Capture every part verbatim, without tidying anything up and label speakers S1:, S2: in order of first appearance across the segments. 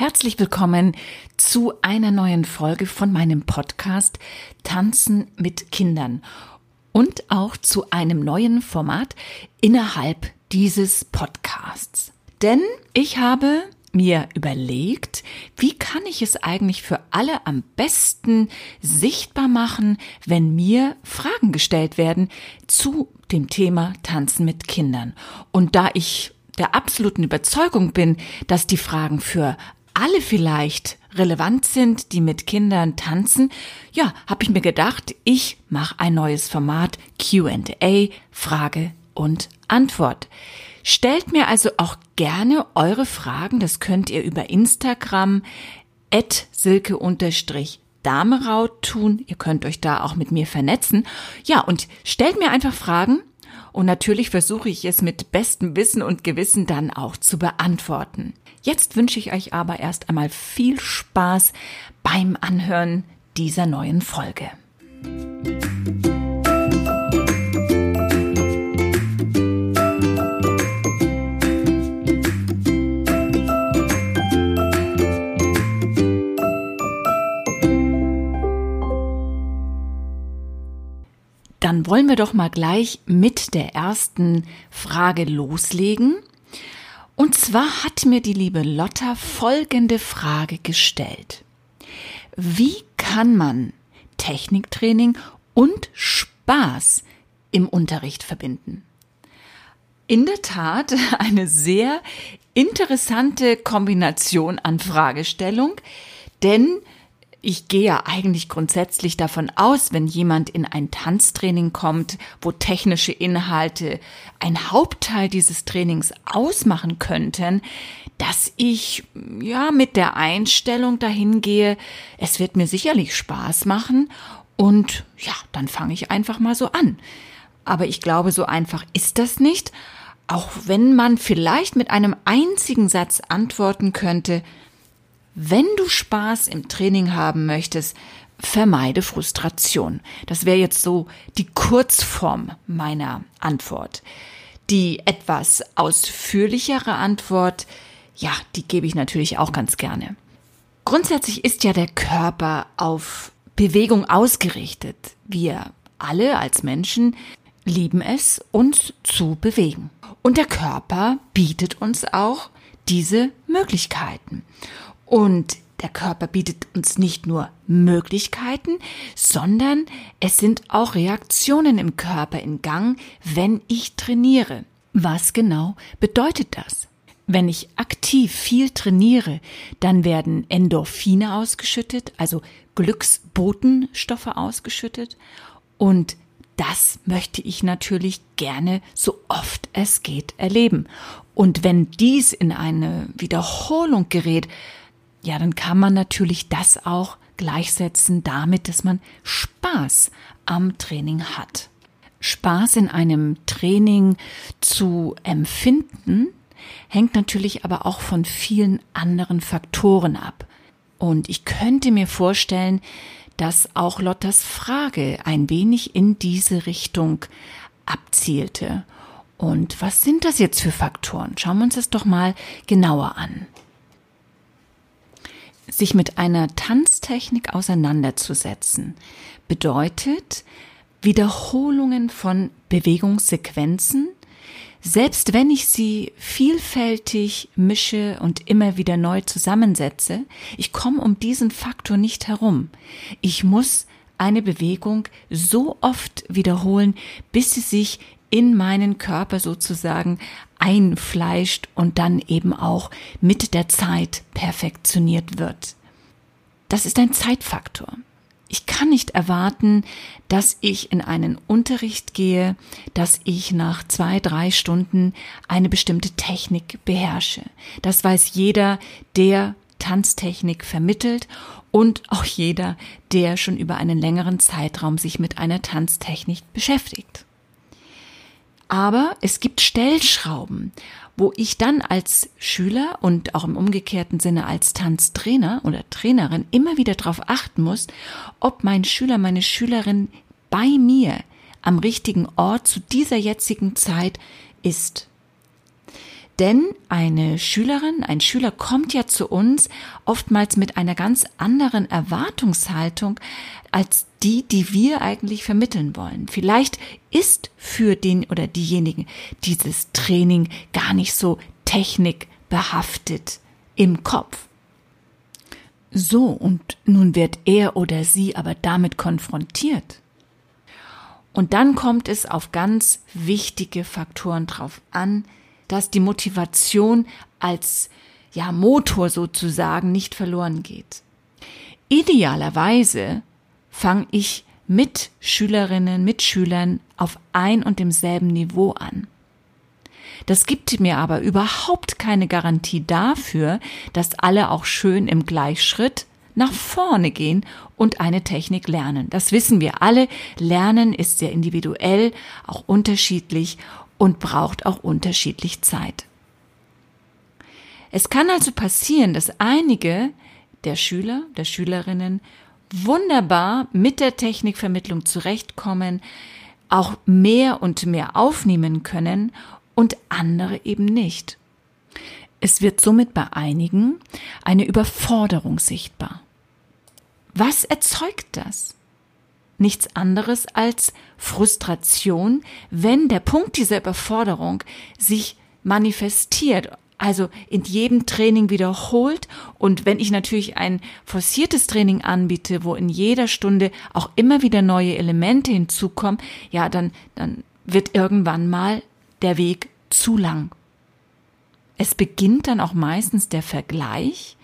S1: Herzlich willkommen zu einer neuen Folge von meinem Podcast Tanzen mit Kindern und auch zu einem neuen Format innerhalb dieses Podcasts. Denn ich habe mir überlegt, wie kann ich es eigentlich für alle am besten sichtbar machen, wenn mir Fragen gestellt werden zu dem Thema Tanzen mit Kindern. Und da ich der absoluten Überzeugung bin, dass die Fragen für alle vielleicht relevant sind, die mit Kindern tanzen, ja, habe ich mir gedacht, ich mache ein neues Format Q and A, Frage und Antwort. Stellt mir also auch gerne eure Fragen, das könnt ihr über Instagram at silke Damerau tun, ihr könnt euch da auch mit mir vernetzen. Ja, und stellt mir einfach Fragen und natürlich versuche ich es mit bestem Wissen und Gewissen dann auch zu beantworten. Jetzt wünsche ich euch aber erst einmal viel Spaß beim Anhören dieser neuen Folge. Dann wollen wir doch mal gleich mit der ersten Frage loslegen. Und zwar hat mir die liebe Lotta folgende Frage gestellt. Wie kann man Techniktraining und Spaß im Unterricht verbinden? In der Tat eine sehr interessante Kombination an Fragestellung, denn ich gehe ja eigentlich grundsätzlich davon aus, wenn jemand in ein Tanztraining kommt, wo technische Inhalte ein Hauptteil dieses Trainings ausmachen könnten, dass ich ja mit der Einstellung dahin gehe, es wird mir sicherlich Spaß machen und ja, dann fange ich einfach mal so an. Aber ich glaube, so einfach ist das nicht, auch wenn man vielleicht mit einem einzigen Satz antworten könnte: Wenn du Spaß im Training haben möchtest, vermeide Frustration. Das wäre jetzt so die Kurzform meiner Antwort. Die etwas ausführlichere Antwort, ja, die gebe ich natürlich auch ganz gerne. Grundsätzlich ist ja der Körper auf Bewegung ausgerichtet. Wir alle als Menschen lieben es, uns zu bewegen. Und der Körper bietet uns auch diese Möglichkeiten. Und der Körper bietet uns nicht nur Möglichkeiten, sondern es sind auch Reaktionen im Körper in Gang, wenn ich trainiere. Was genau bedeutet das? Wenn ich aktiv viel trainiere, dann werden Endorphine ausgeschüttet, also Glücksbotenstoffe ausgeschüttet. Und das möchte ich natürlich gerne so oft es geht erleben. Und wenn dies in eine Wiederholung gerät, ja, dann kann man natürlich das auch gleichsetzen damit, dass man Spaß am Training hat. Spaß in einem Training zu empfinden, hängt natürlich aber auch von vielen anderen Faktoren ab. Und ich könnte mir vorstellen, dass auch Lottas Frage ein wenig in diese Richtung abzielte. Und was sind das jetzt für Faktoren? Schauen wir uns das doch mal genauer an. Sich mit einer Tanztechnik auseinanderzusetzen, bedeutet Wiederholungen von Bewegungssequenzen, selbst wenn ich sie vielfältig mische und immer wieder neu zusammensetze, ich komme um diesen Faktor nicht herum. Ich muss eine Bewegung so oft wiederholen, bis sie sich in meinen Körper sozusagen einfleischt und dann eben auch mit der Zeit perfektioniert wird. Das ist ein Zeitfaktor. Ich kann nicht erwarten, dass ich in einen Unterricht gehe, dass ich nach zwei, drei Stunden eine bestimmte Technik beherrsche. Das weiß jeder, der Tanztechnik vermittelt und auch jeder, der schon über einen längeren Zeitraum sich mit einer Tanztechnik beschäftigt. Aber es gibt Stellschrauben, wo ich dann als Schüler und auch im umgekehrten Sinne als Tanztrainer oder Trainerin immer wieder darauf achten muss, ob mein Schüler, meine Schülerin bei mir am richtigen Ort zu dieser jetzigen Zeit ist. Denn eine Schülerin, ein Schüler kommt ja zu uns oftmals mit einer ganz anderen Erwartungshaltung als die, die wir eigentlich vermitteln wollen. Vielleicht ist für den oder diejenigen dieses Training gar nicht so technikbehaftet im Kopf. So, und nun wird er oder sie aber damit konfrontiert. Und dann kommt es auf ganz wichtige Faktoren drauf an, dass die Motivation als ja, Motor sozusagen nicht verloren geht. Idealerweise fange ich mit Schülerinnen, mit Schülern auf ein und demselben Niveau an. Das gibt mir aber überhaupt keine Garantie dafür, dass alle auch schön im Gleichschritt nach vorne gehen und eine Technik lernen. Das wissen wir alle. Lernen ist sehr individuell, auch unterschiedlich und braucht auch unterschiedlich Zeit. Es kann also passieren, dass einige der Schüler, der Schülerinnen wunderbar mit der Technikvermittlung zurechtkommen, auch mehr und mehr aufnehmen können und andere eben nicht. Es wird somit bei einigen eine Überforderung sichtbar. Was erzeugt das? Nichts anderes als Frustration, wenn der Punkt dieser Überforderung sich manifestiert, also in jedem Training wiederholt. Und wenn ich natürlich ein forciertes Training anbiete, wo in jeder Stunde auch immer wieder neue Elemente hinzukommen, ja, dann, dann wird irgendwann mal der Weg zu lang. Es beginnt dann auch meistens der Vergleich.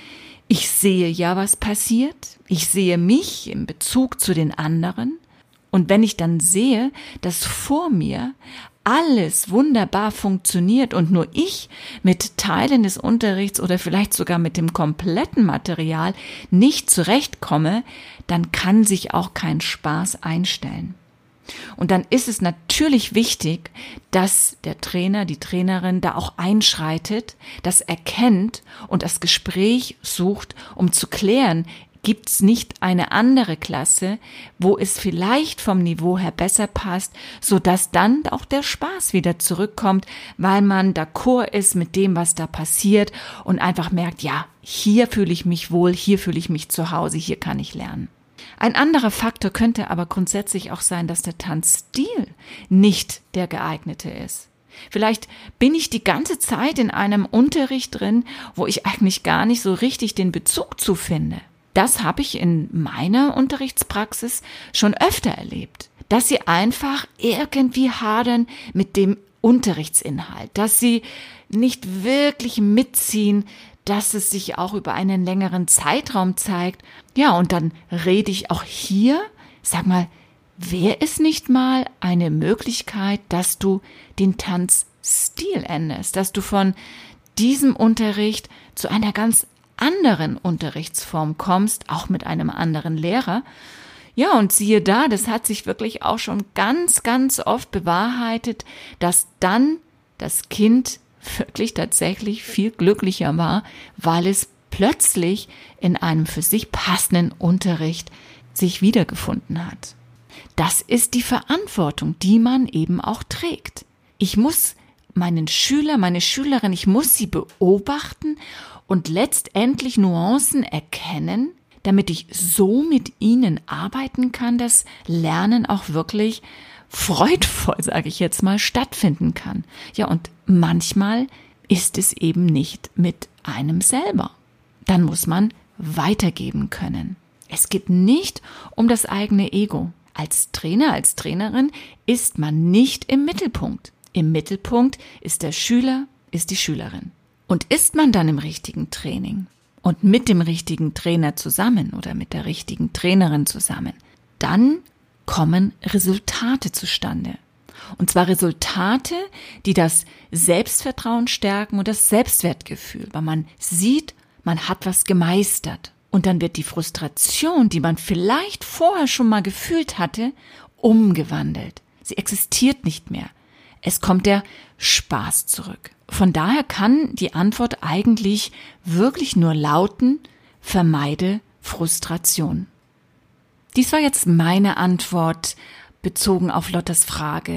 S1: Ich sehe ja, was passiert. Ich sehe mich in Bezug zu den anderen. Und wenn ich dann sehe, dass vor mir alles wunderbar funktioniert und nur ich mit Teilen des Unterrichts oder vielleicht sogar mit dem kompletten Material nicht zurechtkomme, dann kann sich auch kein Spaß einstellen. Und dann ist es natürlich wichtig, dass der Trainer, die Trainerin da auch einschreitet, das erkennt und das Gespräch sucht, um zu klären, gibt es nicht eine andere Klasse, wo es vielleicht vom Niveau her besser passt, sodass dann auch der Spaß wieder zurückkommt, weil man d'accord ist mit dem, was da passiert und einfach merkt, ja, hier fühle ich mich wohl, hier fühle ich mich zu Hause, hier kann ich lernen. Ein anderer Faktor könnte aber grundsätzlich auch sein, dass der Tanzstil nicht der geeignete ist. Vielleicht bin ich die ganze Zeit in einem Unterricht drin, wo ich eigentlich gar nicht so richtig den Bezug zu finde. Das habe ich in meiner Unterrichtspraxis schon öfter erlebt, dass sie einfach irgendwie hadern mit dem Unterrichtsinhalt, dass sie nicht wirklich mitziehen, dass es sich auch über einen längeren Zeitraum zeigt. Ja, und dann rede ich auch hier, sag mal, wäre es nicht mal eine Möglichkeit, dass du den Tanzstil änderst, dass du von diesem Unterricht zu einer ganz anderen Unterrichtsform kommst, auch mit einem anderen Lehrer. Ja, und siehe da, das hat sich wirklich auch schon ganz, ganz oft bewahrheitet, dass dann das Kind wirklich tatsächlich viel glücklicher war, weil es plötzlich in einem für sich passenden Unterricht sich wiedergefunden hat. Das ist die Verantwortung, die man eben auch trägt. Ich muss meinen Schüler, meine Schülerin, ich muss sie beobachten und letztendlich Nuancen erkennen, damit ich so mit ihnen arbeiten kann, dass Lernen auch wirklich freudvoll, sage ich jetzt mal, stattfinden kann. Ja, und manchmal ist es eben nicht mit einem selber. Dann muss man weitergeben können. Es geht nicht um das eigene Ego. Als Trainer, als Trainerin ist man nicht im Mittelpunkt. Im Mittelpunkt ist der Schüler, ist die Schülerin. Und ist man dann im richtigen Training und mit dem richtigen Trainer zusammen oder mit der richtigen Trainerin zusammen, dann kommen Resultate zustande. Und zwar Resultate, die das Selbstvertrauen stärken und das Selbstwertgefühl, weil man sieht, man hat was gemeistert. Und dann wird die Frustration, die man vielleicht vorher schon mal gefühlt hatte, umgewandelt. Sie existiert nicht mehr. Es kommt der Spaß zurück. Von daher kann die Antwort eigentlich wirklich nur lauten, vermeide Frustration. Dies war jetzt meine Antwort bezogen auf Lottes Frage.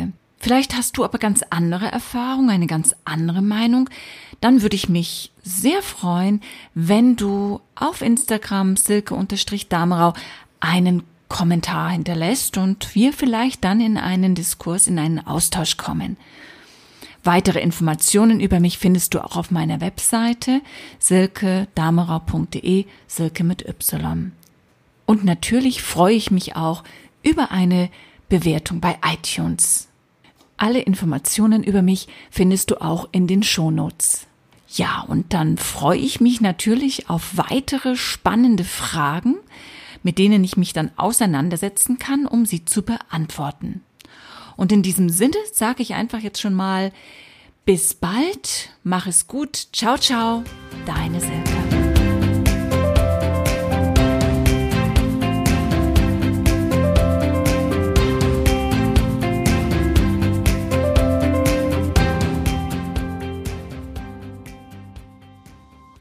S1: Vielleicht hast du aber ganz andere Erfahrungen, eine ganz andere Meinung. Dann würde ich mich sehr freuen, wenn du auf Instagram silke-damerau einen Kommentar hinterlässt und wir vielleicht dann in einen Diskurs, in einen Austausch kommen. Weitere Informationen über mich findest du auch auf meiner Webseite silke damerau punkt de, Silke mit Y. Und natürlich freue ich mich auch über eine Bewertung bei iTunes. Alle Informationen über mich findest du auch in den Shownotes. Ja, und dann freue ich mich natürlich auf weitere spannende Fragen, mit denen ich mich dann auseinandersetzen kann, um sie zu beantworten. Und in diesem Sinne sage ich einfach jetzt schon mal, bis bald, mach es gut, ciao, ciao, deine Silke.